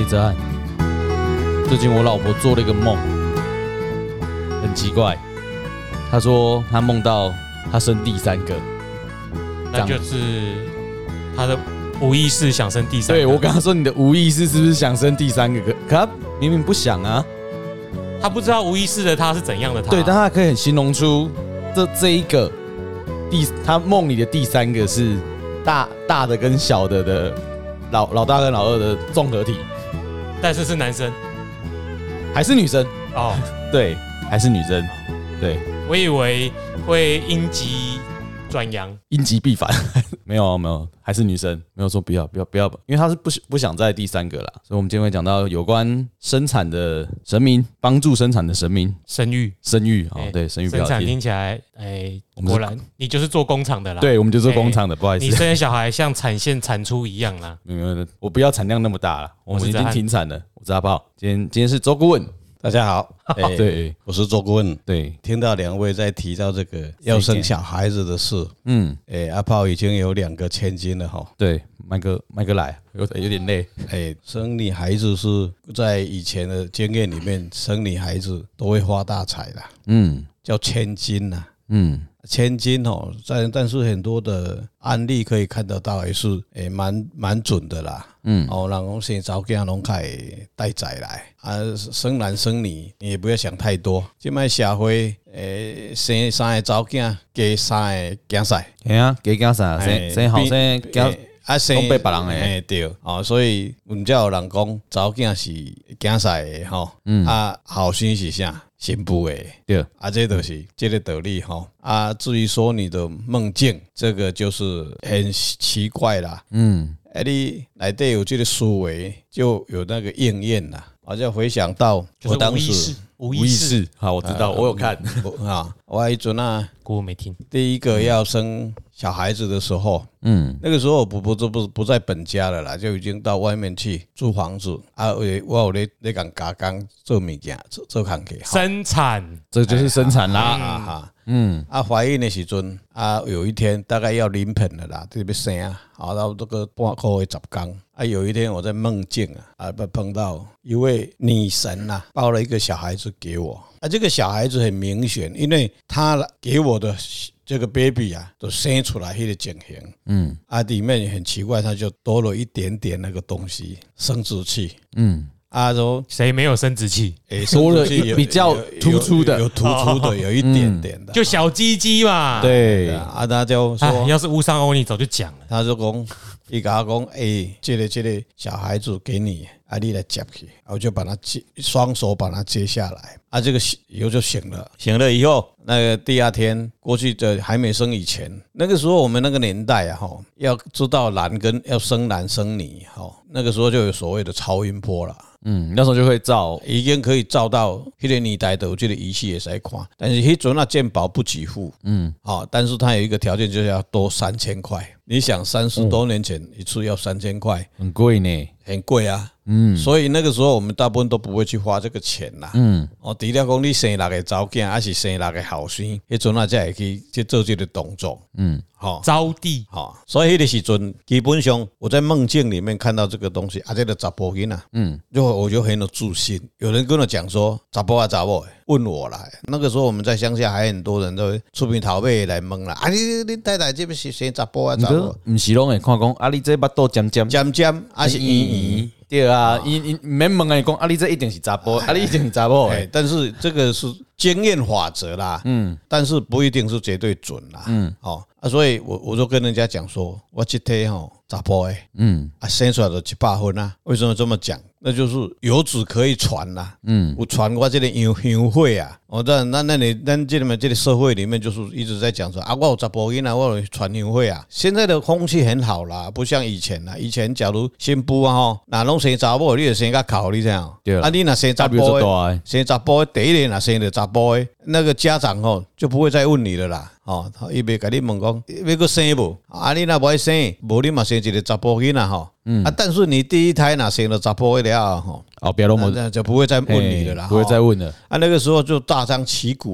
一则案。最近我老婆做了一个梦，很奇怪。她说她梦到她生第三个， 那就是她的无意识想生第三个。 对，我跟她说你的无意识是不是想生第三个？可她明明不想啊。 她不知道无意识的她是怎样的她。 对，但她可以很形容出这一个她梦里的第三个是大的跟小的老大跟老二的综合体， 但是是男生还是女生？ 哦， 对，还是女生。对， 我以为会阴极转阳， 阴极必反。没有，还是女生。没有说不要，因为她是不想在第三个啦。所以我们今天会讲到有关生产的神明，帮助生产的神明， 生育哦，对，生育比较生产听起来，果然你就是做工厂的啦。 对，我们就是做工厂的，不好意思。 你生小孩像产线产出一样啦。 没有，我不要产量那么大了，我们已经停产了。我是阿炮，今天是周顾问。 大家好， 对， 我是周顾问。 对， 听到两位在提到这个要生小孩子的事，阿炮已经有2个千金了哈。 对，麦哥来，有点累。 生女孩子是在以前的经验里面，生女孩子都会发大财啦，叫千金呐，千金哦，但是很多的案例可以看得到，也是蛮准的啦。人讲生查某囝拢可以带财来啊，生男生女你也不要想太多。现在社会生3个查某囝加3个囝婿， 系啊，加生后生囝。 生拢被别人的， 对，所以我们才有人讲查某囝是囝婿的吼，后生是啥？新妇的， 对， 这就是这个道理吼。至于说你的梦境，这个就是很奇怪啦，你内底有这个思维，就有那个应验啦。我就回想到我当时无意识， 好，我知道，我有看我迄阵啊， 我没听。 第一个要生小孩子的时候，那个时候我不在本家了啦，就已经到外面去租房子啊。我有咧讲加工做物件，做工课， 生产， 这就是生产啦。 怀孕的时阵有一天大概要临盆了啦，特别生到这个半个月10天有一天我在梦境碰到一位女神抱了一个小孩子给我这个小孩子很明显，因为他给我的这个 baby 都生出来那个情形，里面很奇怪，他就多了一点点那个东西，生殖器，说谁没有生殖器？ 多了比较突出的， 有突出的，有一点点的， 就小鸡鸡嘛。 对他就说， 要是乌上欧尼早就讲了。 他就讲，他跟我讲，这个小孩子给你，你来接去，我就把他双手把他接下来，这个以后就醒了，醒了以后，那个第二天过去的还没生以前，那个时候我们那个年代要知道要生男生女那个时候就有所谓的超音波了。 那时候就会照， 已经可以照到那个年代的有这个仪器也是可以看，但是那阵健保不给付，但是它有一个条件，就是要多3000块。你想30多年前一次要3000块， 很贵呢， 很贵啊。所以那个时候我们大部分都不会去花这个钱啦。除了讲你生6个查某囝，还是生6个后生，那阵才会去做这个动作。 招娣， 所以那个时阵基本上我在梦境里面看到这个东西，这个查甫囡我就很有自信。有人跟我讲说查甫查某，问我来。那个时候我们在乡下还很多人都出面头尾来问啦。你太太这边是生查甫查某？ 不是拢会看讲你这巴肚尖尖，还是圆圆？ 对啊，伊免问讲你这一定是查甫，你一定是查某。 但是这个是经验法则啦，但是不一定是绝对准啦，所以我就跟人家讲说，我这体查甫的，生出来就100分啊。为什么这么讲？那就是有子可以传啦，有传我这个乡会啊。咱这个社会里面就是一直在讲说我有查甫囡仔，我有传乡会啊。现在的风气很好啦，不像以前啦。以前假如新妇那拢生查某，你就生较考你这样。你若生查甫的，生查甫的第一年若生着查甫的，那个家长就不会再问你了啦。他伊袂甲你问讲要个生无？你若不爱生，无你嘛生一个查甫囡仔但是你第一胎若生了查甫的了不要那么就不会再问你了啦， 不会再问了。 那个时候就大张旗鼓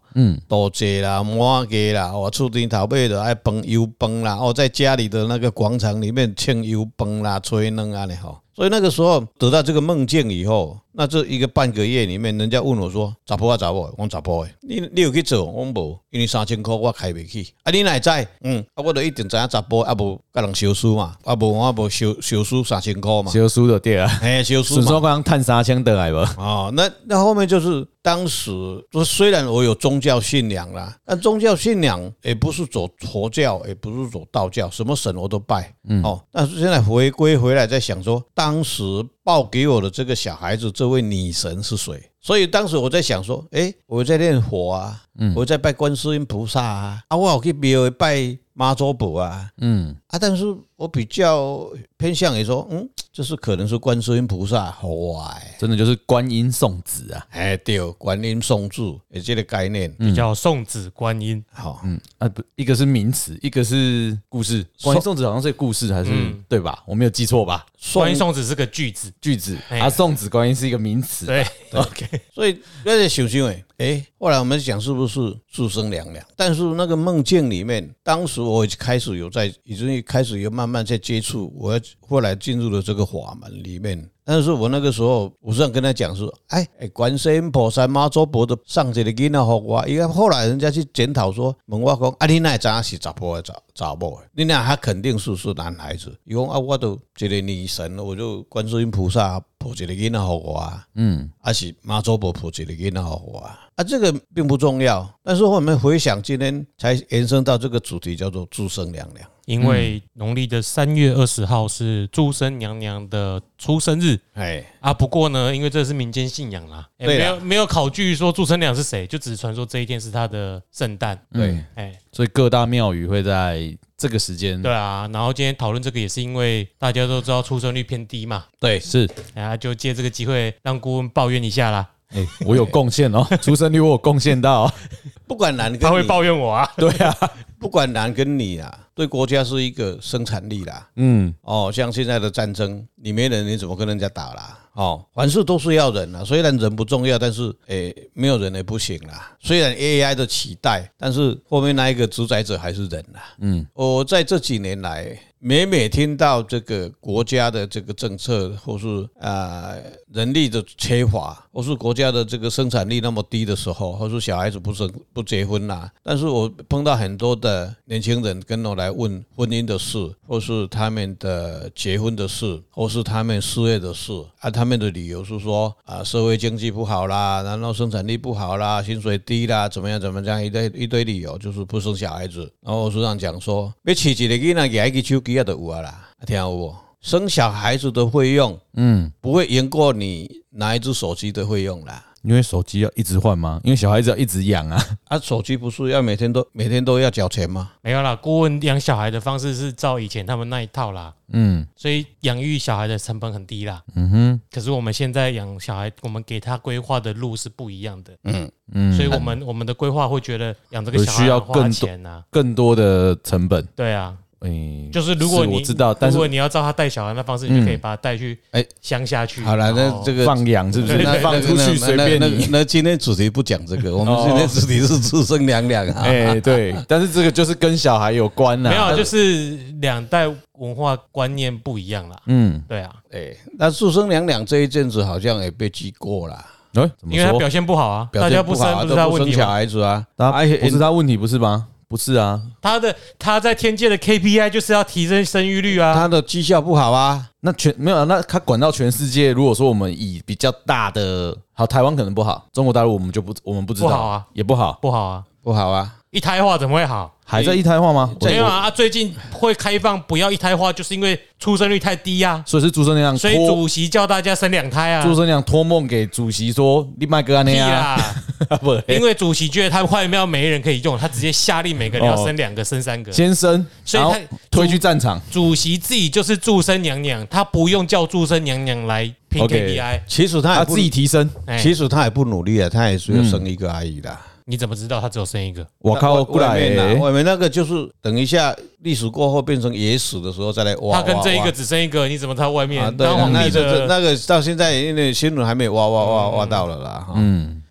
豆蔗啦、麻粿啦，厝边头尾的爱饭油饭啦，在家里的那个广场里面庆油饭啦、吹嫩啊，所以那个时候得到这个梦境以后，那这一个半个月里面，人家问我说：“查甫啊查某？”我讲查甫的，你有去做？我无，因为3000块我开不起。啊，你哪会知？我就一定知影查甫，啊无甲人烧书嘛，啊无我无烧书3000块嘛， 烧书就对啊， 烧书嘛。 顺说刚探3000得来不？ 哦，那后面就是当时，虽然我有宗教信仰啦，但宗教信仰也不是走佛教，也不是走道教，什么神我都拜。但是现在回归回来，在想说，当时报给我的这个小孩子，这位女神是谁？所以当时我在想说，我在念佛啊，我在拜观世音菩萨啊，我有去庙里拜妈祖婆啊，但是我比较偏向于说，这是可能是观世音菩萨真的就是观音送子啊， 对，观音送子的这个概念， 比较送子观音。 好， 一个是名词，一个是故事。观音送子好像是故事还是对吧？我没有记错吧？ 观音送子是个句子， 送子观音是一个名词。 对 ，OK。 所以在想想后来我们讲是不是祝生娘娘？但是那个梦境里面，当时我已经开始有慢慢在接触，我后来进入了这个法门里面。但是我那个时候，我是想跟他讲说，观世音菩萨妈祖婆的上一个囡仔给我，因为后来人家去检讨说，问我讲，你哪会知影是查甫的查某的？你那他肯定是男孩子。伊讲我都一个女神，我就观世音菩萨抱一个囡仔给我，是妈祖婆抱一个囡仔给我。这个并不重要，但是我们回想今天才延伸到这个主题，叫做祝生娘娘。 因为农历的3月20号是祝生娘娘的出生日，不过呢，因为这是民间信仰啦，没有考据说祝生娘是谁，就只是传说这一天是她的圣诞。 对， 所以各大庙宇会在这个时间。 对啊，然后今天讨论这个也是因为大家都知道出生率偏低嘛， 对， 是， 就借这个机会让顾问抱怨一下啦。 我有贡献哦，出生率我有贡献到。 不管男跟女， 他会抱怨我啊。 对啊， 不管男跟女啊，对国家是一个生产力啦。像现在的战争，你没人，你怎么跟人家打啦？凡事都是要人啊，虽然人不重要，但是没有人也不行啦。虽然 AI 的取代，但是后面那一个主宰者还是人啦。我在这几年来，每听到这个国家的这个政策，或是人力的缺乏，或是国家的这个生产力那么低的时候，或是小孩子不结婚啦，但是我碰到很多的年轻人跟我来问婚姻的事，或是他们的结婚的事，或是他们事业的事他们的理由是说社会经济不好啦，然后生产力不好啦，薪水低啦，怎么样一堆理由，就是不生小孩子。然后我时常讲说，要饲一个囡仔拿一支手机就有啦，听有无？生小孩子的费用，不会赢过你拿一只手机的费用啦。 因为手机要一直换吗？因为小孩子要一直养啊。 手机不是要每天都要缴钱吗？ 没有啦，顾问养小孩的方式是照以前他们那一套啦。所以养育小孩的成本很低啦。可是我们现在养小孩，我们给他规划的路是不一样的。所以我们的规划会觉得养这个小孩要花钱啊， 更多的成本。 对啊。就是如果我知道，但是如果你要照他带小孩的方式，你就可以把他带去乡下去。 好了，那这个放养是不是？放出去随便你。 那今天主题不讲这个，我们今天主题是祝生娘娘啊。 对，但是这个就是跟小孩有关啦。 没有，就是两代文化观念不一样啦。对啊。 那祝生娘娘这一阵子好像也被记过啦。 因为他表现不好啊，大家不生不是他问题吗？ 小孩子啊， 不是他问题不是吗？不是啊， 他在天界的 KPI 就是要提升生育率啊， 他的绩效不好啊。 那没有，那他管到全世界。如果说我们以比较大的，好，台湾可能不好，中国大陆我们不知道， 不好啊， 也不好， 不好啊， 不好啊。 一胎化怎么会好？ 还在一胎化吗？ 没有啊，最近会开放不要一胎化，就是因为出生率太低啊。 所以是祝生娘， 所以主席叫大家生2胎啊。 祝生娘托梦给主席说：“你卖个安尼啊。” 因为主席觉得他外面没人可以用，他直接下令每个人要生2个、生3个， 先生， 所以他推去战场。 主席自己就是祝生娘娘，他不用叫祝生娘娘来拼 KPI。 其实他自己提升， 其实他也不努力啊，他也是要生一个而已啦。 你怎么知道他只有生一个？ 我靠，过来外面那个就是等一下历史过后变成野史的时候再来挖。 他跟这一个只生一个，你怎么知道外面？ 当皇帝的那个到现在因为新闻还没挖到了啦。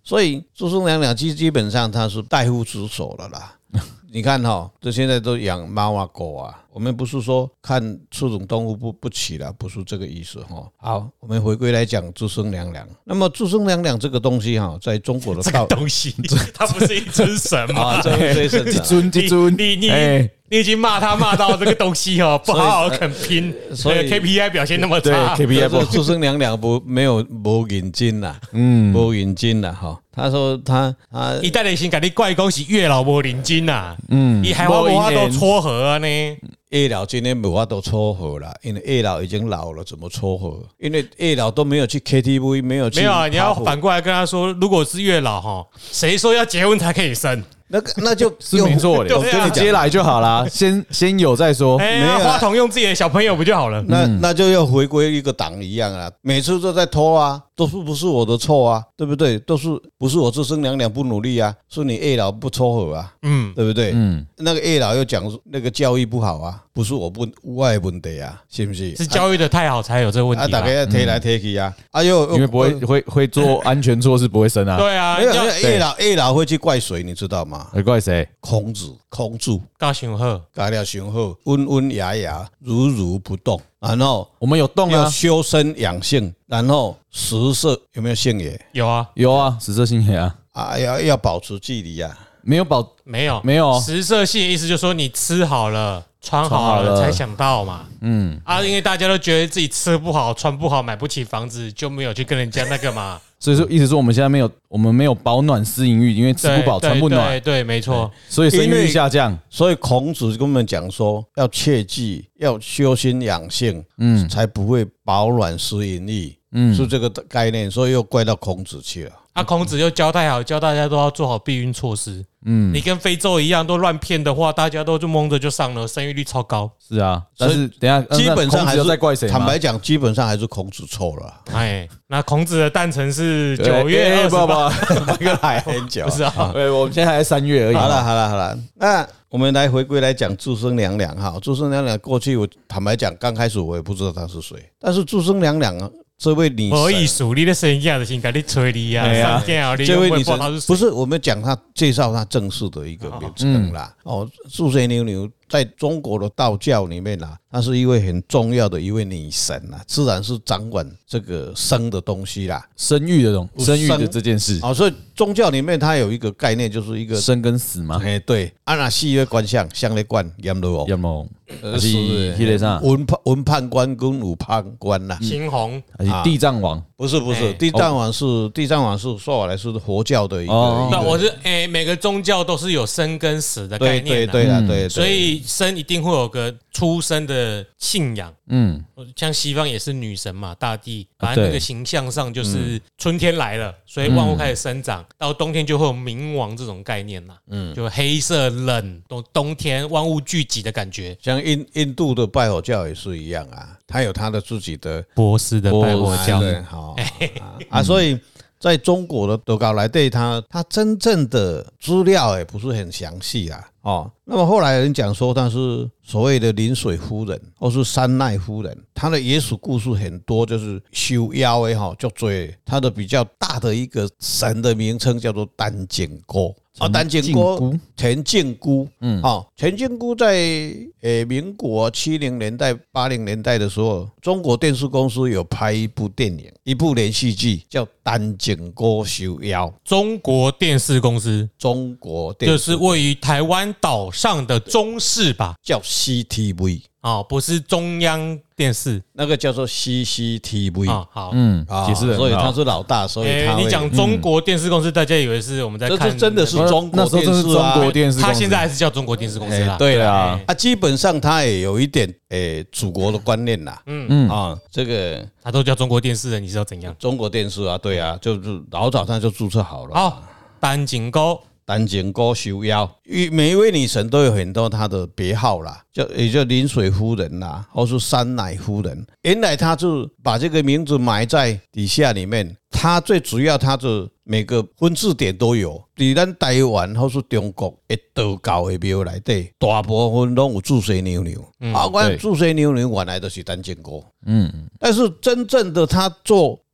所以祖孙娘娘基本上它是代父职守了啦。你看这现在都养猫啊狗啊，我们不是说看这种动物不起了，不是这个意思好，我们回归来讲祖孙娘娘。那么祖孙娘娘这个东西在中国的这个东西，它不是一尊神吗？ 这一尊， 你已经骂到这个东西不好好肯拼，所以 KPI 表现那么差。 KPI 不祖孙娘娘没认真啦，没认真啦他说他一代的心跟你怪讲是月老没认真啦，你还无法都撮合啊呢。 月老今天没法都撮合了，因为月老已经老了，怎么撮合？因为月老都没有去 KTV， 没有啊，你要反过来跟他说，如果是月老谁说要结婚才可以生？ 那就是没错的，跟你接来就好啦，先有再说。 没有花童用自己的小朋友不就好了？ 那就要回归一个党一样啦，每次都在拖啊，都是不是我的错啊，对不对？都是不是我祖孙娘娘不努力啊，是你月老不撮合啊，对不对？那个月老又讲那个教育不好啊，不是我的问题啊，是不是？ 是教育的太好才有这个问题。 大家要推来推去啊， 因为不会做安全措施，不会生啊。 对啊， 月老会去怪谁，你知道吗？ 会怪谁？ 孔子， 教想好， 教了想好，温文雅雅，如不动。然后我们有动要啊， 修身养性，然后食色有没有性也？ 有啊，食色性也啊。 要保持距离啊。 没有哦食色性的意思就是说你吃好了穿好了才想到嘛，因为大家都觉得自己吃不好穿不好买不起房子，就没有去跟人家那个嘛。 所以说，意思说我们现在我们没有保暖私淫欲，因为吃不饱穿不暖， 对，没错。 所以生育率下降。 所以孔子跟我们讲说，要切记要修心养性，才不会保暖私淫欲，是这个概念。所以又怪到孔子去了。 孔子又交代好，教大家都要做好避孕措施。你跟非洲一样都乱骗的话，大家都就蒙着就上了，生育率超高。 是啊，但是等一下基本上还是在怪谁？ 坦白讲，基本上还是孔子错了。 那孔子的诞辰是9月28， 那个还很久。 不是啊， 我们现在还在3月而已。 好了，那我们来回归来讲祖孙娘娘哈。祖孙娘娘过去我坦白讲，刚开始我也不知道她是谁，但是祖孙娘娘这位女神， 我艺术你的生下的先给你催你啊！ 这位女神不是我们讲她介绍她正式的一个名称啦。祝水牛牛在中国的道教里面啦，她是一位很重要的一位女神啦，自然是掌管这个生的东西啦， 生育的这件事。 所以宗教里面它有一个概念，就是一个生跟死嘛。 对，那死的官相，相的官，阎罗王。 是迄个啥？ 文判官跟武判官啦， 猩红还是地藏王？ 不是，地藏王是说来是佛教的一个。 那我是每个宗教都是有生跟死的概念的， 对， 所以生一定会有个出生的信仰。像西方也是女神嘛，大地，反正那个形象上就是春天来了，所以万物开始生长，到冬天就会有冥王这种概念啦。就黑色冷，冬天万物聚集的感觉。 像印度的拜火教也是一样啊，它有它的自己的波斯的拜火教， 所以在中国的德高来对它真正的资料也不是很详细啦。那么后来有人讲说她是所谓的临水夫人或是山奈夫人，她的野史故事很多，就是修妖的就最她的比较大的一个神的名称叫做丹景姑。丹景姑，田径姑，田径姑在民国70年代、80年代的时候，中国电视公司有拍一部电影，一部连续剧叫《丹景姑修妖》。 中国电视公司， 就是位于台湾岛上的中视吧， 叫 CTV。 不是中央电视， 那个叫做 CCTV。 好， 解释的， 所以他是老大，所以你讲中国电视公司，大家以为是我们在看， 这真的是中国电视中国电视， 他现在还是叫中国电视公司啦。 对啊，基本上他也有一点祖国的观念啦。这个他都叫中国电视了，你知道怎样？ 中国电视啊，对啊，就是老早上就注册好了。 好，丹景姑修妖，每一位女神都有很多她的别号啦，也叫临水夫人啦，或是山乃夫人。原来她就把这个名字埋在底下里面，她最主要，她的每个分字点都有。在咱台湾或是中国的道教的庙内底，大部分都有注水牛牛。我注水牛牛原来就是丹景姑。但是真正的她做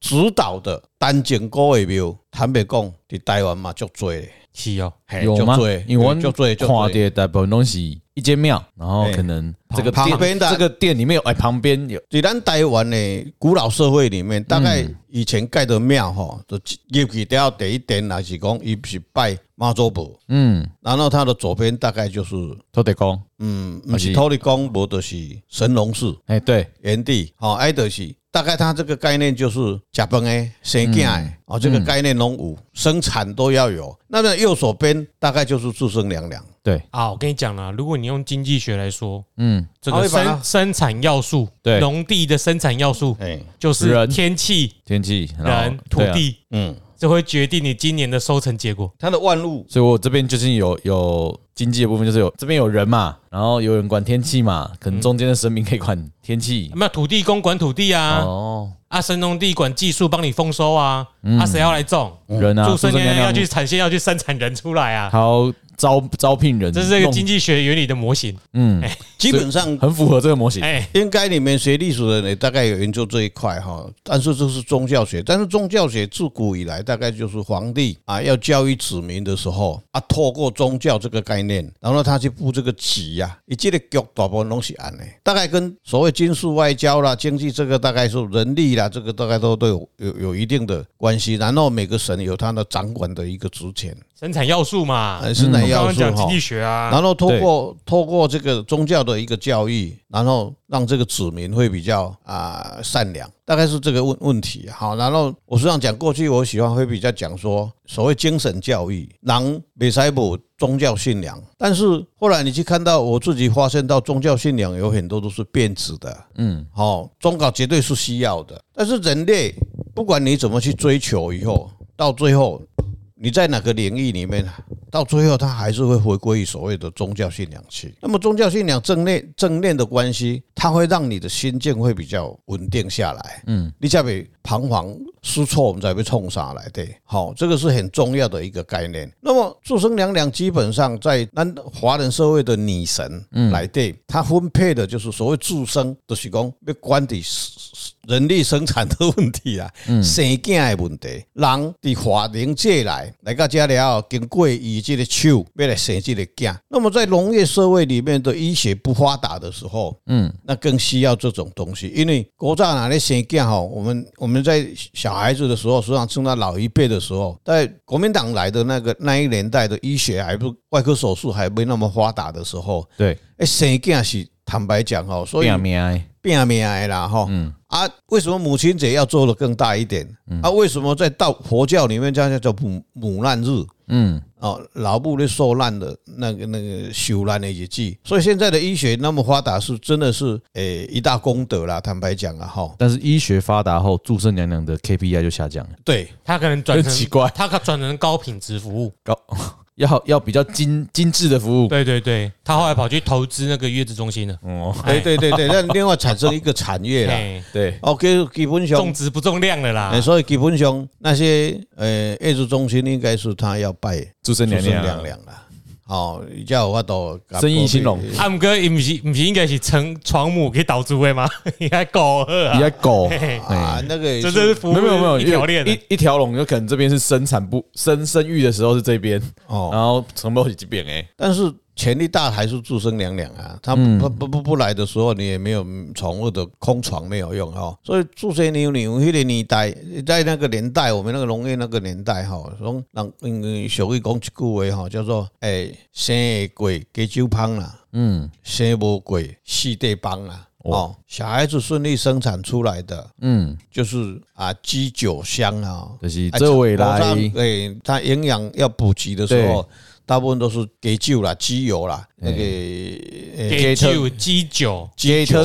指导的单井古的庙，坦白讲，在台湾嘛足多的。 是哦， 有吗？因为我足多看的大部分东西一间庙，然后可能这个旁边的这个店里面有旁边有， 在咱台湾的古老社会里面，大概以前盖的庙吼，就入去掉第一殿，还是讲伊是拜妈祖婆，然后它的左边大概就是土地公， 不是土地公，无就是神农氏， 对， 炎帝，爱就是。大概它这个概念就是吃饭的、生囝的，这个概念拢有，生产都要有。那么右手边大概就是自生娘娘。 对啊，我跟你讲啦，如果你用经济学来说，这个生产要素， 对， 农地的生产要素，就是天气、人、土地，这会决定你今年的收成结果。 它的万物， 所以我这边就是有经济的部分，就是这边有人嘛，然后有人管天气嘛，可能中间的神明可以管天气。 那土地公管土地啊，神农地管技术帮你丰收啊，谁要来种人啊？ 祝生娘娘要去产线，要去生产人出来啊， 好招聘人， 这是这个经济学原理的模型。 基本上很符合这个模型。 应该你们学历史的人也大概有研究这一块哈，但是这是宗教学，但是宗教学自古以来大概就是皇帝要教育子民的时候透过宗教这个概念，然后他去布这个局以这个局大部分都是这样的，大概跟所谓军事外交啦、经济这个大概是人力啦，这个大概都有一定的关系。然后每个省有他的掌管的一个职权， 生产要素嘛， 生产要素。 刚刚讲经济学啊， 然后透过这个宗教的一个教育，然后让这个子民会比较善良，大概是这个问题。好，然后我实际上讲过去，我喜欢会比较讲说所谓精神教育，人不可以没宗教信仰，但是后来你去看到，我自己发现到宗教信仰有很多都是变质的，宗教绝对是需要的，但是人类不管你怎么去追求，以后到最后你在哪个领域里面，到最后它还是会回归于所谓的宗教信仰去。那么宗教信仰正念的关系，它会让你的心境会比较稳定下来。你才会彷徨失措，我们才会冲上来的。好，这个是很重要的一个概念。那么祝生娘娘基本上在咱华人社会的女神来对，它分配的就是所谓祝生，就是讲要管理人力生产的问题啦，生囝的问题，人伫华人界来到这了后，经过以这个手要来生这个囝。那么在农业社会里面的医学不发达的时候，那更需要这种东西，因为国早哪里生囝哈，我们在小孩子的时候，实际上趁到老一辈的时候，在国民党来的那一年代的医学还不外科手术还没那么发达的时候， 对， 生囝是坦白讲哈，所以拼命的啦哈。为什么母亲节要做得更大一点？为什么在佛教里面叫母难日？老母的受难的那个受难的日子，所以现在的医学那么发达，是真的是一大功德啦。坦白讲哈， 但是医学发达后，祝生娘娘的 KPI 就下降了。 对， 他可能转成奇怪， 他转成高品质服务， 要比较精致的服务。 对，他后来跑去投资那个月子中心了。 对，那另外产生一个产业啦。 对 ，OK， 基本上重质不重量的啦。 所以基本上那些月子中心应该是他要拜祝生娘娘啦。比较有法度生意兴隆。 不过不是应该是床母给导出的吗？应该狗那个这是服务没有一条链一条龙，有可能这边是生育的时候是这边，然后成本是这边但是权力大还是祝生娘娘啊，他不来的时候，你也没有宠物的空床没有用哈，所以祝生娘娘那个年代，在那个年代，我们那个农业那个年代哈，人俗语讲一句话哈，叫做生会过加酒芳啦，生无过四地帮啦。小孩子顺利生产出来的，就是鸡酒香啊， 就是这未来， 它营养要补给的时候。大部分都是鸡酒啦、鸡油啦，那个鸡酒、鸡酒、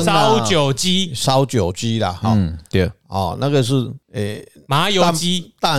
烧酒鸡啦， 对， 那个是麻油鸡， 蛋也有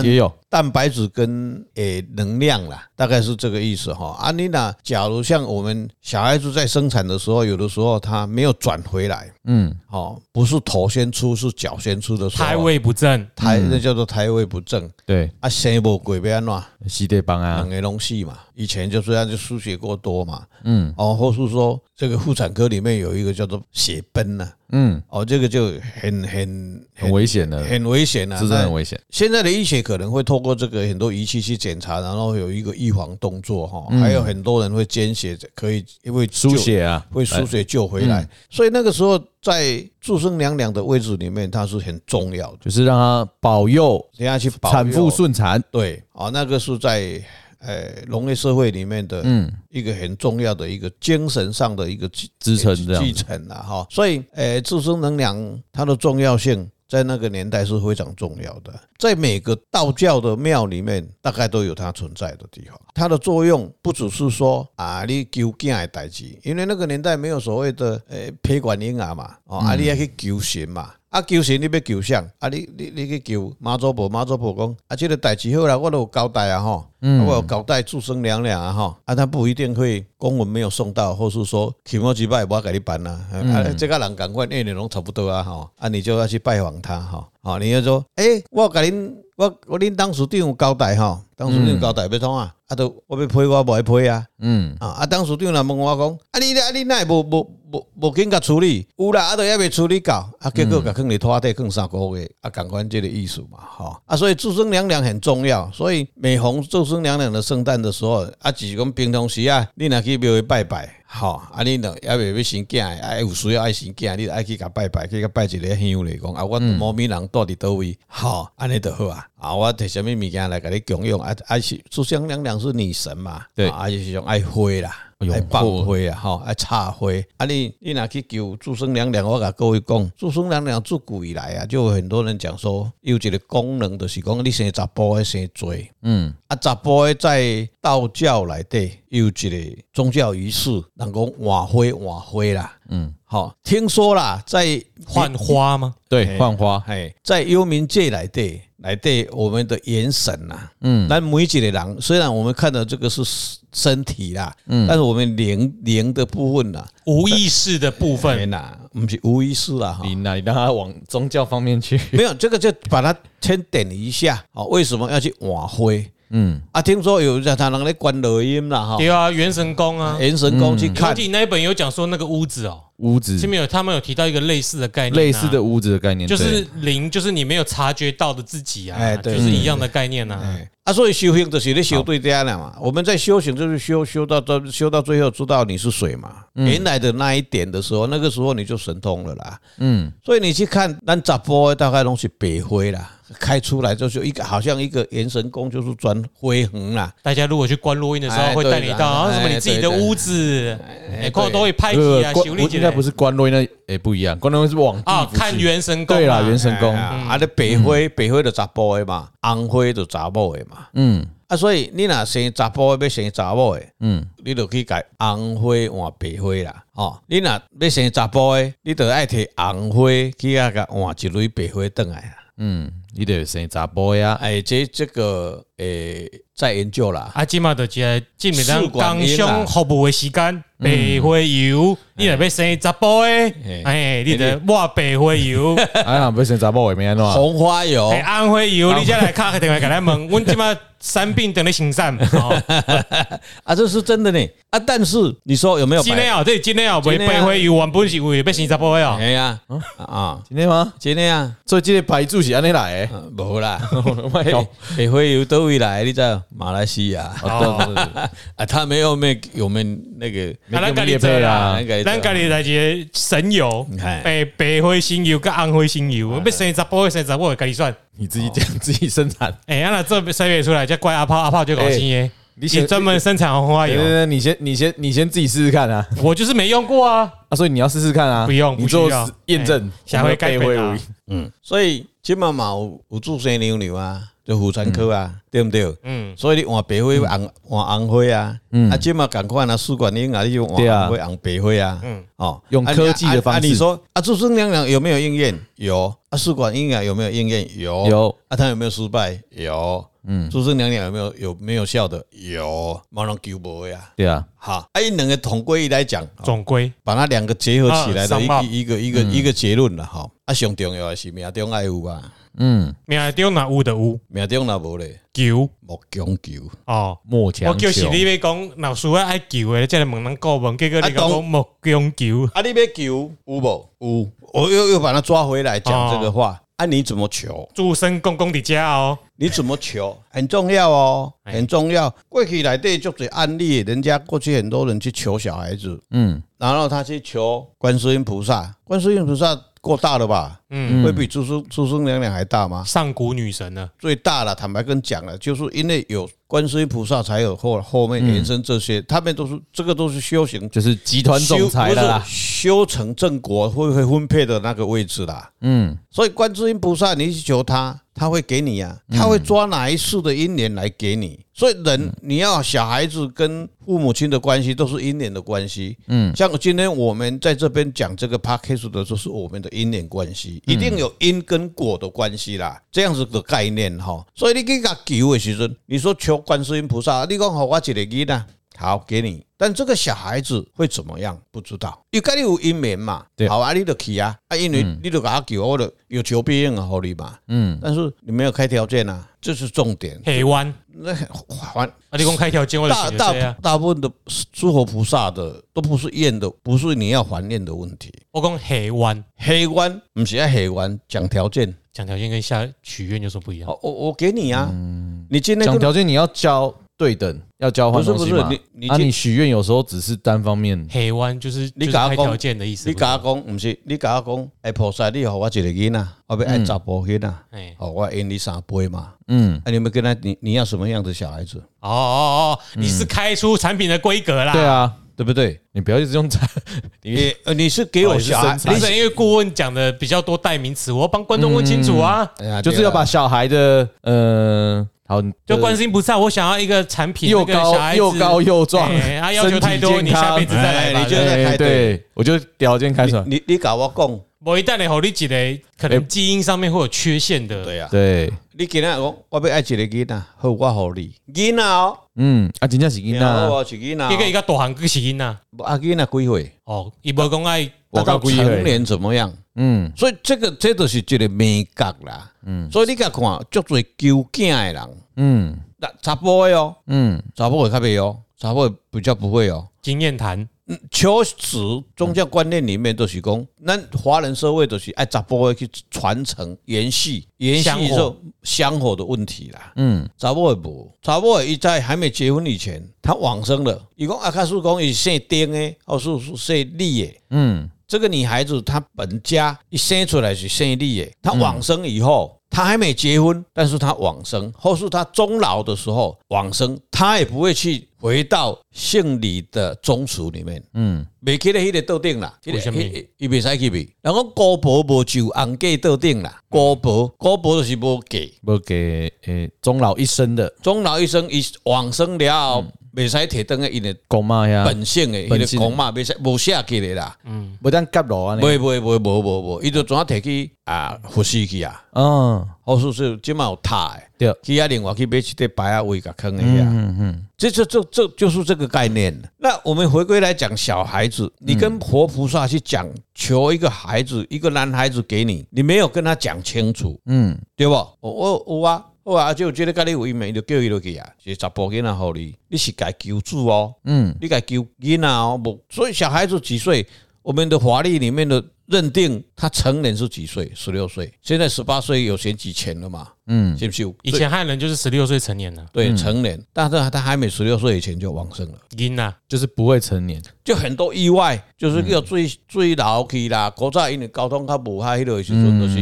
蛋白质跟能量啦，大概是这个意思哈。你那假如像我们小孩子在生产的时候，有的时候他没有转回来，不是头先出，是脚先出的时候， 胎位不正， 那叫做胎位不正。 对啊，生不过要安怎？ 西地帮啊两，个东西嘛，以前就这样，就输血过多嘛，或是说这个妇产科里面有一个叫做血崩呐，这个就很危险的， 很危险啊， 是真的很危险。 现在的医学可能会透过这个很多仪器去检查，然后有一个预防动作哈，还有很多人会捐血，可以因为输血啊， 会输血救回来，所以那个时候在祝生娘娘的位置里面，它是很重要的， 就是让他保佑等下去保佑产妇顺产。 对，那个是在农业社会里面的一个很重要的一个精神上的一个支撑继承啦哈。所以祝生娘娘它的重要性在那个年代是非常重要的，在每个道教的庙里面大概都有它存在的地方。它的作用不只是说你求囝的代志，因为那个年代没有所谓的配管婴儿嘛，你要去求神嘛。求神你要求啥？你去求妈祖婆，妈祖婆讲这个代志好啦，我都有交代吼，我有交代祝生娘娘吼，他不一定会公文没有送到，或是说期末几拜我给你办啦，这个人赶快内容差不多吼，你就要去拜访他吼，你要说我给恁我恁当时长有交代吼，当时长有交代要创我要批我无爱批当时长若问我讲你哪会无紧甲处理？有啦，都还未处理到结果甲放伫拖地放3个月赶快这个意思嘛所以祝生娘娘很重要，所以每逢祝生娘娘的圣诞的时候就是讲平常时你若去庙里拜拜你若还未要生囝有需要爱生囝，你就爱去甲拜拜，去甲拜一个香来讲我某米人住伫倒位安尼就好我摕什么物件来甲你供养是祝生娘娘是女神嘛，对就是种爱花啦。爱放花爱插花你若去求祝生娘娘，我甲各位讲，祝生娘娘自古以来就有很多人讲说，有一个功能，就是讲你生查甫的生多，查甫的在道教内底有一个宗教仪式，人讲换花啦，听说啦，在换花吗？ 对，换花， 在幽冥界内底我们的元神咱每一个人虽然我们看到这个是身体啦，但是我们灵的部分啦， 无意识的部分不是无意识啦， 你让他往宗教方面去， 没有这个就把它先点一下为什么要去换花？听说有人在关录音啦对元神宫元神宫去看， 那一本有讲说那个屋子屋子前面他们有提到一个类似的概念类似的屋子的概念， 就是灵，就是你没有察觉到的自己就是一样的概念所以修行就是你修对点了嘛。我们在修行就是修到最后知道你是谁嘛。原来的那一点的时候，那个时候你就神通了啦。所以你去看咱查甫大概都是白花啦，开出来就是好像一个元神宫，就是专花园啦。 大家如果去观落音的时候，会带你到什么你自己的屋子，看都会拍起修理起来。 应该不是观落音不一样，观落音是往看元神宫。 对啦，元神宫你白花就查甫的嘛，红花就查某的嘛。所以你若生查甫的要生查某的，你就去改红花换白花啦。你若要生查甫的，你就爱摕红花去甲换一蕊白花转来啦。 你得生查甫呀， 这个在研究啦。 即马就进每当工商服务的时间，白花油，你若要生查甫的，你得抹白花油。 要生查甫的咩喏？ 红花油、 红花油，你才来敲个电话给咱问，阮即马三病等咧行善。 这是真的呢。但是你说有没有？ 真的这是真的白花油原本是为要生查甫的哎呀， 真的吗？ 真的啊！ 所以这个牌子是安尼来的， 无啦。白花油倒位来？你知道马来西亚？他没有我们那个， 咱家己做啦，咱家己来一个神油，白花神油跟红花神油，要生查甫的生查甫的，家己选。 你自己讲自己生产， 那这生不出来，就怪阿炮就搞新耶。你专门生产红花油， 你先自己试试看啊！ 我就是没用过啊， 所以你要试试看啊！ 不用， 你做验证， 下回改回所以今嘛有祝生娘娘就妇产科啊，对不对？所以你换白花换红花啊，这嘛赶快啊，试管婴儿你就换红花红白花啊， 用科技的方式。 你说啊，祝生娘娘有没有应验？有啊，试管婴儿有没有应验？有啊，他有没有失败？有。祝生娘娘有没有效的？有，没人救无呀。 对啊， 好，以两个统归来讲， 总归把那两个结合起来的一个结论了哈。啊，上重要的是命中爱有吧？ 命中哪有的有， 命中哪无咧？ 求莫强求哦， 莫强求。 我就是你要讲，老师爱求的，再来问人顾问，结果你讲莫强求。 啊，你要求有无？有，我又把它抓回来讲这个话。啊，你怎么求？ 祝生公公的家哦， 你怎么求很重要哦，很重要。过去内底就这案例，人家过去很多人去求小孩子，然后他去求观世音菩萨，观世音菩萨够大了吧？会比祝生娘娘还大吗？ 上古女神呢？最大了，坦白跟讲了，就是因为有观世音菩萨，才有后面延伸这些，他们都是修行， 就是集团总裁啦， 修成正果会分配的那个位置啦。所以观世音菩萨，你去求他，他会给你啊，他会抓哪一世的因缘来给你。所以人你要小孩子跟父母亲的关系都是因缘的关系。像今天我们在这边讲这个 podcast 的，就是我们的因缘关系，一定有因跟果的关系啦，这样子的概念哈。所以你去甲求的时阵，你说求观世音菩萨，你讲好我一个囡仔，好给你，但这个小孩子会怎么样？不知道，因为跟你有因缘嘛。好啊，你就去啊，因为你就给他求，我就有求必应啊，好你嘛。但是你没有开条件啊，这是重点。 黑湾那还啊，你讲开条件，我大部分的诸佛菩萨的都不是愿的，不是你要还愿的问题。 我讲黑湾不是要黑湾讲条件， 讲条件跟下许愿有什么不一样？ 我给你啊，你今天讲条件你要交对等，要交换东西嘛。 不是你许愿有时候只是单方面。 黑湾就是开条件的意思。 你跟他讲，不是你跟他讲，哎，菩萨，你给我一个囡仔，我要爱查甫囡仔，我愿你3杯嘛。你们跟他，你要什么样的小孩子？ 你是开出产品的规格啦。 对啊，对不对？你不要一直用你是给我小孩， 不是因为顾问讲的比较多代名词，我要帮观众问清楚啊。 就是要把小孩的好， 就观世音菩萨，我想要一个产品， 又高又壮， 他要求太多，你下辈子再来吧。 你就在开对， 我就条件开出来。 你跟我讲， 我一旦你好，你一个可能基因上面会有缺陷的。 对啊， 对。 你今仔讲，我要爱一个囡仔，好，我给你囡仔哦。 真正是囡仔， 好，是囡仔。 一个大汉，是囡仔。 囡仔几岁？ 伊无讲爱达到成年怎么样？所以这就是一个美感啦。所以你甲看，足多求囝的人，查甫的哦，查甫的较袂哦，查甫的比较不会哦。 经验谈， 求子宗教观念里面都是讲，咱华人社会都是爱查甫的去传承、延续说香火的问题啦。查甫的无，查甫的伊在还没结婚以前，他往生了。伊讲阿卡叔讲伊姓丁的，或是姓李的。这个女孩子她本家一生出来是姓李的，她往生以后。他还没结婚，但是他往生，或是他终老的时候往生，他也不会去回到姓李的宗祠里面。没去咧迄个道顶啦， 为什么？ 伊袂使去呗。人讲姑婆无就红嫁道顶啦，姑婆就是无嫁， 终老一生的， 终老一生，伊往生了后。袂使摕登个因的公妈呀， 本性的，伊个公妈袂使无写起来啦， 无当夹落啊， 无，伊就怎摕去服侍去啊，好是即马有塔诶，对，去另外去买一块白啊位甲坑诶呀，这就是这个概念。那我们回归来讲小孩子，你跟活菩萨去讲求一个孩子，一个男孩子给你，你没有跟他讲清楚，对不？我有啊。好啊，就觉得甲你有因缘，就叫伊落去啊，是查甫囡仔互你，你是该求主哦，你该求囡仔哦，无，所以小孩子几岁，我们的法律里面的认定他成年是几岁？16岁，现在18岁有选举权了嘛？是不是？ 以前汉人就是16岁成年了， 对，成年，但是他还没16岁以前就往生了， 囡仔就是不会成年， 就很多意外，就是要最老去啦，古早因为交通较无遐迄个时阵就是。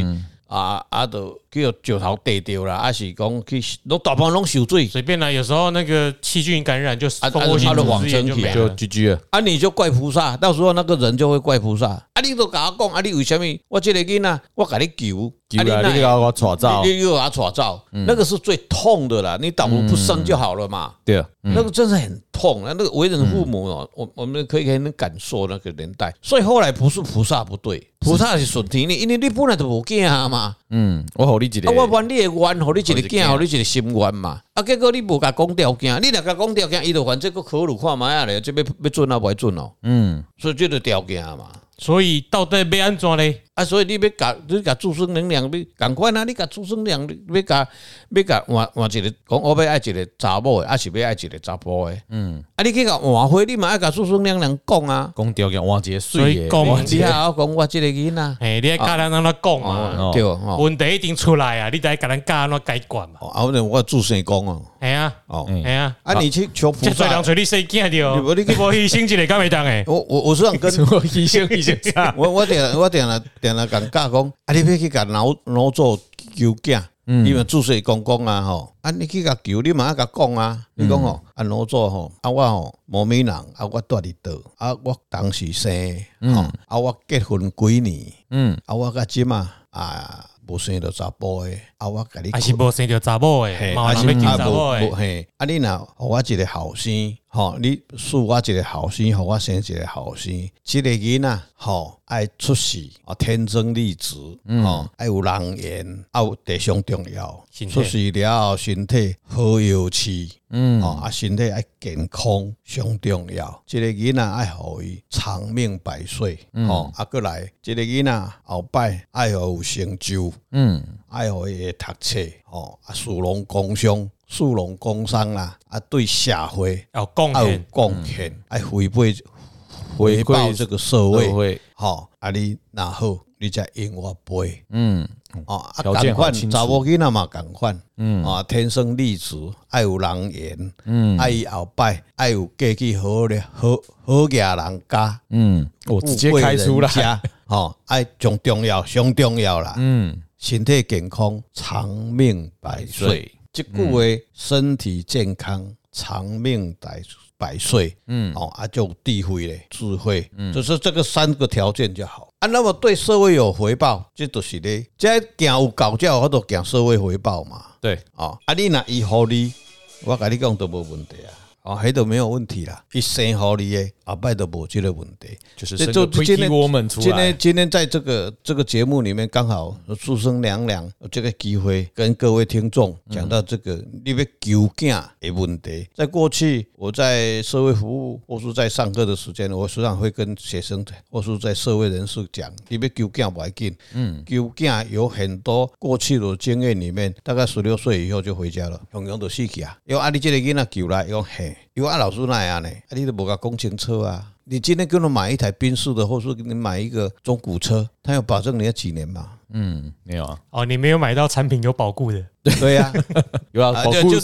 就叫石头地掉啦，还是讲去拢大部分拢受水， 随便啦，有时候那个细菌感染就蜂窝性组织炎就没就了。 GG 了。 你就怪菩萨，到时候那个人就会怪菩萨。你都甲我讲，你为什么我这个囡仔我甲你救， 你给我抓走， 你又把他抓走，那个是最痛的啦。你倒不生就好了嘛。 对啊， 那个真是很痛啊！那个为人父母哦，我们可以能感受那个年代。所以后来不是菩萨不对，菩萨是顺天的，因为你本来就无囝嘛。 我互你一个， 我还你的愿，互你一个囝，互你一个心愿嘛。结果你无甲讲条件，你若甲讲条件，伊就反正个考虑看卖啊咧，这要准啊，不准哦。所以这个条件嘛。 所以到底要安怎咧？ 所以你甲自身能量，你赶快啊！你甲自身能量，要甲换一个，讲我要爱一个查某的，还是要爱一个查甫的？你去甲换回，你嘛爱甲自身能量讲啊， 讲条件换一个所水的， 以讲你还要讲我这个囡仔， 你要教咱安怎讲嘛？ 对哦。 问题一定出来啊！你得教咱教安怎解决嘛？ 反正我自身讲哦。 系啊，系啊。 你去求菩萨， 这人找你生囝着，你无牺牲一个敢袂当诶？ 我是想跟我牺牲啥？ 我定了讲讲，你要去甲脑做求囝，你嘛自细讲啊吼，你去甲求，你嘛要甲讲啊，你讲吼，脑做吼，我吼无美人，我住伫倒，我当时生，我结婚几年，我甲即嘛无生着查甫诶，我甲你还是无生着查某诶，嘛人要见查某诶。 你若互我一个后生，你赐我一个后生，互我生一个后生，即个囡仔爱出世，天生丽质，爱有人缘，有第上重要，出世了后身体好有气，身体爱健康上重要。即个囡仔爱互伊长命百岁，过来，即个囡仔后摆爱互有成就，爱互伊会读册，事农工商。事农工商啦，对社会有贡献，爱回报这个社会，你若好，你才用我陪，共款查某囡仔嘛共款，天生丽质，爱有人缘，爱伊后摆爱有嫁去好嫁人家， 我直接开出来， 爱上重要啦，身体健康，长命百岁。这句话身体健康，长命百岁，就有智慧嘞，智慧，就是这个3个条件就好。那么对社会有回报，这就是咧，这行有够才有法度行社会回报嘛。 对， 你若伊互你，我甲你讲都无问题啊。迄都没有问题啦，一生好你的，后摆都无这个问题， 就是生个 Pretty Woman 出来。 今天在这个节目里面，刚好祝生娘娘有这个机会跟各位听众讲到这个你要求囝的问题。在过去我在社会服务或是在上课的时间，我时常会跟学生或是在社会人士讲，你要求囝不要紧，求囝有很多过去的经验里面，大概16岁以后就回家了，永远都死去啊。因为你这个囡仔求来，用嘿。因为老师那样呢，你都无甲讲清楚啊！你今天给我买一台宾士的，或是给你买一个中古车，他要保证你要几年嘛？ 没有啊。 你没有买到产品有保固的。 对呀， 有啊，保固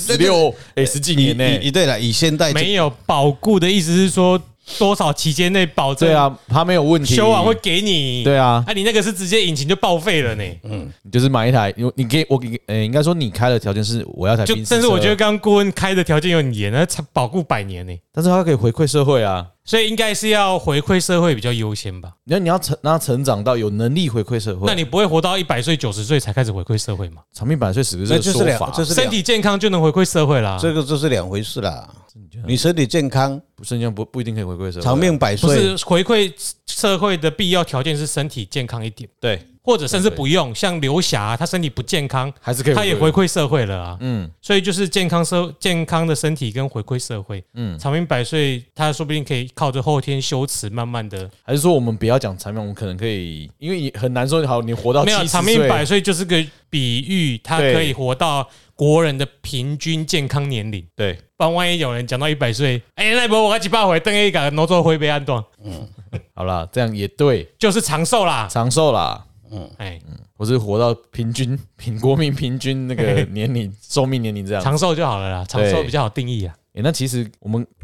10几年呢。 对了，以现代没有保固的意思是说。多少期间内保证？ 对啊，它没有问题， 修完会给你。 对啊， 你那个是直接引擎就报废了呢。 你就是买一台，你给我应该说你开的条件是我要台宾士车， 但是我觉得刚刚顾问开的条件有点严，那保固100年呢。 但是它可以回馈社会啊， 所以应该是要回馈社会比较优先吧。 你要让他成长到有能力回馈社会， 那你不会活到100岁、90岁才开始回馈社会吗？ 长命百岁死这个说法， 身体健康就能回馈社会啦。 这是2回事啦。你身体健康， 身体健康不一定可以回馈社会， 长命百岁不是回馈社会的必要条件是身体健康一点， 对， 或者甚至不用，像刘霞，她身体不健康， 还是可以， 她也回馈社会了啊。所以就是健康的身体跟回馈社会，长命百岁，她说不定可以靠着后天修持，慢慢的。 还是说我们不要讲长命，我们可能可以，因为很难说好，你活到70岁，没有长命百岁就是个比喻，它可以活到国人的平均健康年龄。 对， 不然万一有人讲到100岁，那不我100回，等一个挪做会被安断。 好啦，这样也对， 就是长寿啦。 我是活到国民平均那个年龄寿命年龄这样， 长寿就好了啦，长寿比较好定义啊。 那其实我们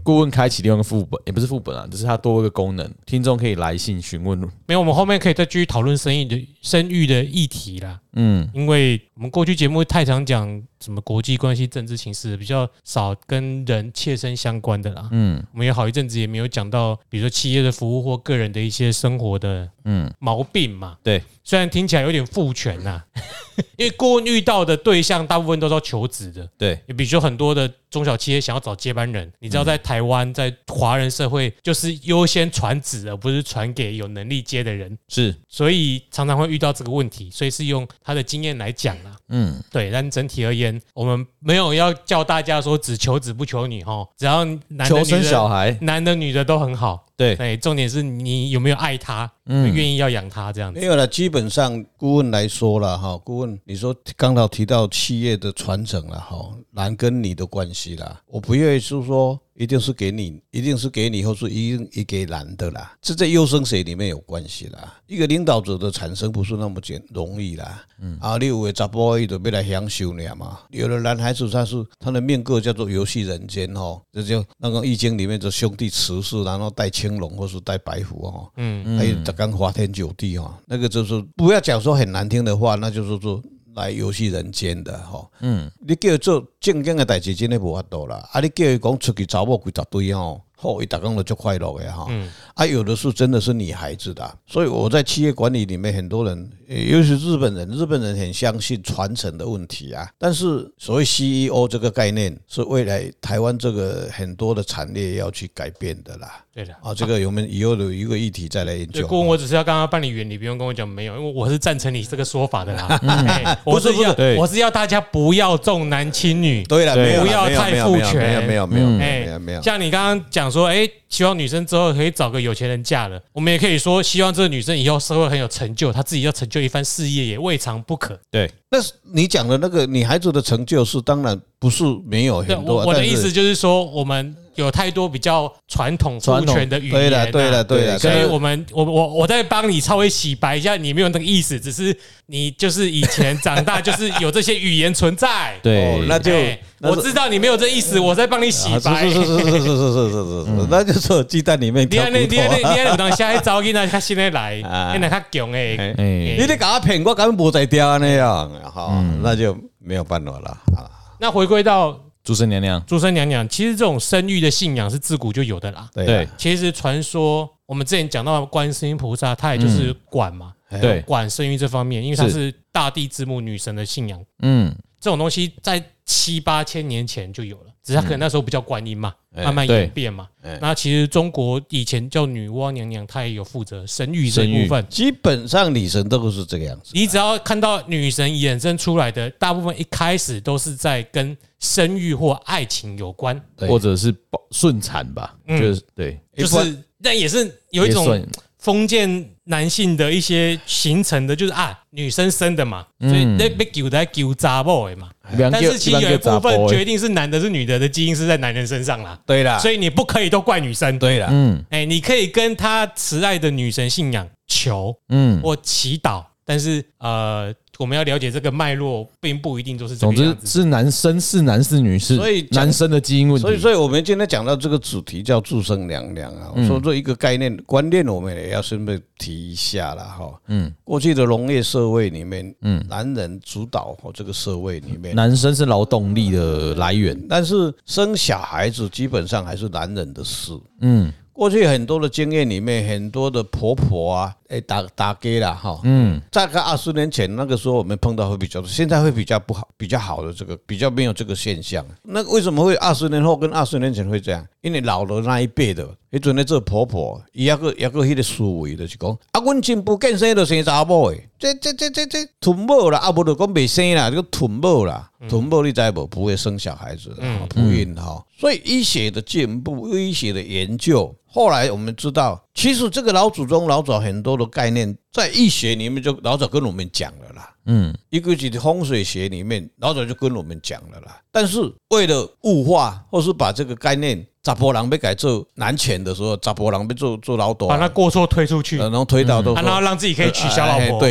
顾问开启另外一个副本，也不是副本啊，只是它多一个功能，听众可以来信询问。 没有，我们后面可以再继续讨论生育的议题啦。因为我们过去节目太常讲什么国际关系、政治情势，比较少跟人切身相关的啦。我们有好一阵子也没有讲到，比如说企业的服务或个人的一些生活的毛病嘛。 对， 虽然听起来有点父权呐，因为顾问遇到的对象大部分都是要求职的。 对， 比如说很多的中小企业想要找接班人，你知道在台湾在华人社会就是优先传旨，而不是传给有能力接的人。 是， 所以常常会遇到这个问题，所以是用他的经验来讲啦。对，但整体而言，我们没有要叫大家说只求子不求女哈，只要男的求女的生小孩， 男的女的都很好。 对， 重点是你有没有爱他，愿意要养他这样子。 没有了，基本上顾问来说了哈，顾问你说刚好提到企业的传承了哈，男跟女的关系啦，我不愿意是说一定是给你，或是一定给男的啦，这在优生学里面有关系啦。一个领导者的产生不是那么容易啦。你有的查甫伊就要来享受了嘛。有的男孩子他的命格叫做游戏人间哈，这就那个易经里面的兄弟持世，然后带青龙或是带白虎哈，还有刚花天酒地哈，那个就是不要讲说很难听的话，那就是说来游戏人间的哈。你叫他做正经的代志真的无法度啦。你叫他讲出去找某几十堆吼。伊大家都就快乐的哈，有的是真的是女孩子的，所以我在企业管理里面，很多人，尤其是日本人很相信传承的问题啊。但是所谓 CEO 这个概念，是未来台湾这个很多的产业要去改变的啦。 对的这个我们以后的一个议题再来研究。 顾问，我只是要刚刚帮你圆，你不用跟我讲没有，因为我是赞成你这个说法的啦。我是要大家不要重男轻女， 对了， 不要太父权， 没有。 像你刚刚讲说，希望女生之后可以找个有钱人嫁了，我们也可以说，希望这个女生以后社会很有成就，她自己要成就一番事业也未尝不可。 对， 那你讲的那个女孩子的成就是当然不是没有很多。 我的意思就是说，我们有太多比较传统父权的语言。 对了， 所以我在帮你稍微洗白一下，你没有那个意思，只是你就是以前长大就是有这些语言存在。 对， 那就我知道你没有这意思，我在帮你洗白。 是，那就是鸡蛋里面挑骨头。 你有当下一招囡仔较新的来，现在较强诶。 你得搞我骗我，根本无在掉那样，那就没有办法了。 那回归到诸生娘娘， 其实这种生育的信仰是自古就有的啦。 对， 其实传说我们之前讲到观世音菩萨，他也就是管嘛， 对， 管生育这方面，因为他是大地之母女神的信仰。这种东西在7、8千年前就有了，只是他可能那时候不叫观音嘛，慢慢演变嘛。那其实中国以前叫女娲娘娘，她也有负责生育这部分。 基本上女神都是这个样子。 你只要看到女神衍生出来的，大部分一开始都是在跟生育或爱情有关， 或者是顺产吧。 就是那也是有一种封建男性的一些形成的，就是女生生的嘛，所以被救在救查某的嘛。但是其实有一部分决定是男的是女的基因是在男人身上啦。 对啦， 所以你不可以都怪女生。 对啦， 你可以跟他慈爱的女神信仰求，或祈祷，但是我们要了解这个脉络，并不一定都是这个样子。 总之是男生是男是女是，所以男生的基因问题。 所以我们今天讲到这个主题叫诸生娘娘啊，我说这一个概念观念，我们也要顺便提一下啦哈。过去的农业社会里面，男人主导这个社会里面， 男生是劳动力的来源， 但是生小孩子基本上还是男人的事。过去很多的经验里面，很多的婆婆啊，打给啦哈，大概20年前那个时候我们碰到会比较多，现在会比较不好，比较好的这个比较没有这个现象。那为什么会20年后跟20年前会这样？因为老的那一辈的，迄阵咧做婆婆，伊还个迄个思维就是讲，阮真不见生就生查某诶，这囤某啦，无就讲未生啦，这个囤某啦，囤某你知无？不会生小孩子，不孕哈。所以医学的进步，医学的研究。后来我们知道，其实这个老祖宗老早很多的概念，在医学里面就老早跟我们讲了啦。一个是风水学里面老早就跟我们讲了啦。但是为了物化，或是把这个概念，查甫人要改做男权的时候，查甫人要做老大， 把他过错推出去， 然后推到都， 然后让自己可以取消老婆。 对。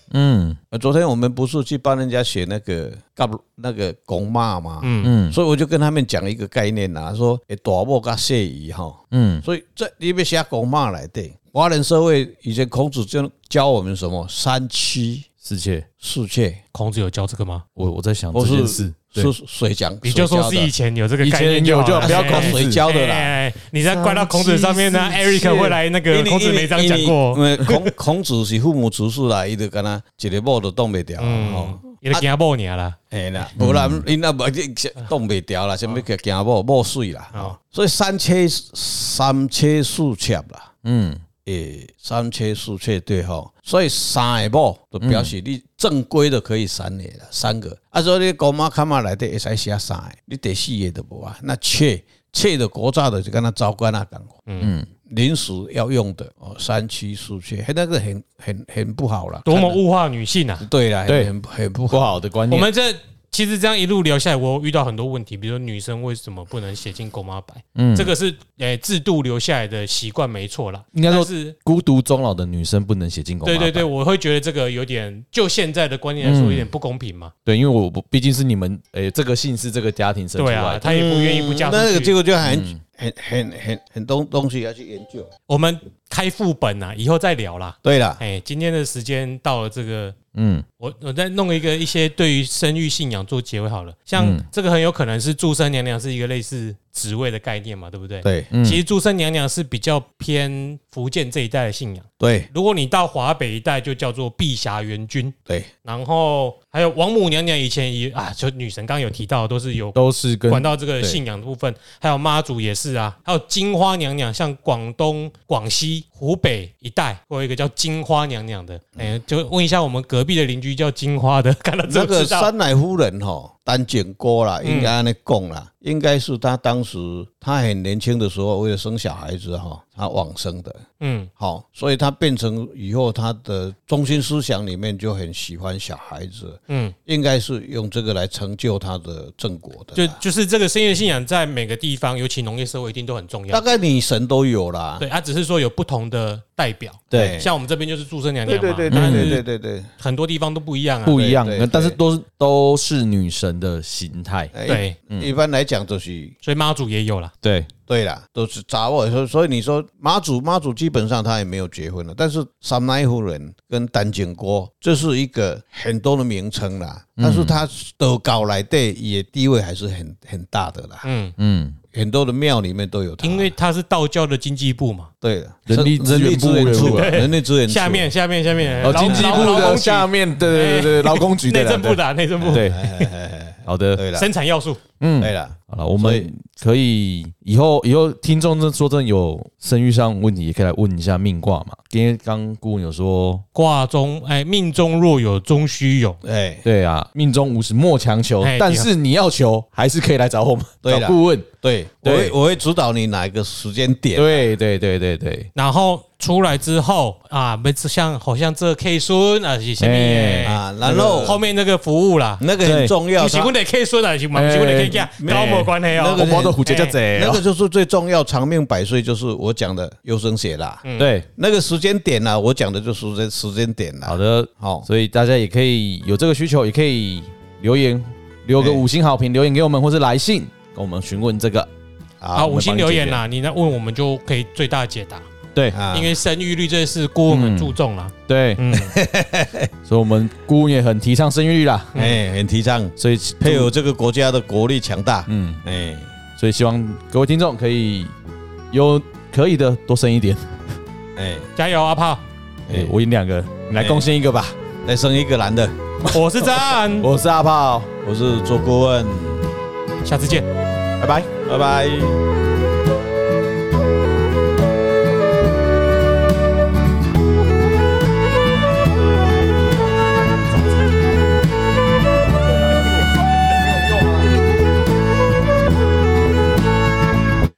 昨天我们不是去帮人家写那个公骂嘛，所以我就跟他们讲一个概念啦，说大某跟小姨哈，所以这你要写公骂来的。华人社会以前孔子就教我们什么三妻四妾， 孔子有教这个吗？ 我在想这件事。 是谁讲？ 你就说是以前有这个概念就好， 不要孔子教的啦。 你再怪到孔子上面呢 ？Eric 会来那个孔子没这样讲过。 因为孔子是父母出世啦，伊就跟他一个某都挡不掉， 伊就惊某尔啦。 哎啦，不然伊那不挡不掉啦，什么叫惊某水啦？所以三妻四妾啦。三妻四妾对吼，所以三个某就表示你正规的可以3个啦，3个。所以你公妈看嘛内底会使写3个，你第4个都无啊。那妾的国炸的就跟他招官啊讲，临时要用的三妻四妾，那个很不好啦， 多么物化女性啊！ 对啦，很不好的观念。 我们其实这样一路聊下来，我遇到很多问题，比如说女生为什么不能写进公妈牌？这个是制度留下来的习惯，没错啦。 应该说是孤独终老的女生不能写进公妈牌。 对，我会觉得这个有点，就现在的观念来说，有点不公平嘛。 对，因为我毕竟是你们这个姓是这个家庭生出来的， 对啊，他也不愿意不嫁出去。 那个结果就很多东西要去研究。 我们开副本啊，以后再聊啦。 对啦， 今天的时间到了，这个我再弄一些对于生育信仰做结尾好了。像这个很有可能是祝生娘娘是一个类似职位的概念嘛，对不对？ 对， 其实祝生娘娘是比较偏福建这一带的信仰。 对， 如果你到华北一带，就叫做碧霞元君。 对， 然后还有王母娘娘，以前也就女神刚刚有提到，都是管到这个信仰的部分。还有妈祖也是啊，还有金花娘娘，像广东、广西、湖北一带，会有一个叫金花娘娘的。就问一下我们隔壁的邻居叫金花的，看到这个那个三奶夫人单井锅啦，应该按那讲啦，应该是他当时他很年轻的时候，为了生小孩子他往生的。所以他变成以后他的中心思想里面就很喜欢小孩子。应该是用这个来成就他的正果的。 就是这个生育信仰在每个地方，尤其农业社会一定都很重要。 大概女神都有啦。 对，只是说有不同的代表。 对， 像我们这边就是祝生娘娘嘛。 对， 很多地方都不一样啊。 不一样，但是都是女神的形态。 对， 一般来讲就是， 所以妈祖也有啦。 对啦，都是杂货。所以你说妈祖基本上他也没有结婚了，但是三奶夫人跟单井锅这是一个很多的名称啦，但是他德高来对也地位还是很大的啦。很多的庙里面都有他， 因为他是道教的经济部嘛。 对， 人力资源处下面经济部的下面，对，劳工局内政部的内政部。 对，好的， 对了， 生产要素。 对了， 好了，我们可以以后听众说真的有生育上问题，也可以来问一下命卦嘛。因为刚顾问有说卦中命中若有终须有。 对啊，命中无时莫强求，但是你要求还是可以来找我们，找顾问。 对，我会指导你哪一个时间点。 对。 然后出来之后好像这 K 孙是什么然后后面那个服务啦， 那个很重要。 不是我的 K 孙是吗？不是我的 K 家，跟我没关系哦。 那个就是最重要，长命百岁就是我讲的优生学啦。 对， 那个时间点啦，我讲的就是时间点啦。 好的，所以大家也可以有这个需求，也可以留言留个5星好评，留言给我们，或是来信跟我们询问这个。 好5星留言啦，你来问我们就可以最大解答。 对， 因为生育率这事顾问很注重啦。 对，所以我们顾问也很提倡生育率啦。 很提倡，所以配合这个国家的国力强大。 所以希望各位听众可以可以的多生一点。 加油阿炮！ 我赢2个，你来贡献1个吧， 来生1个男的。 我是詹， 我是阿炮， 我是周顾问， 下次见， 拜拜。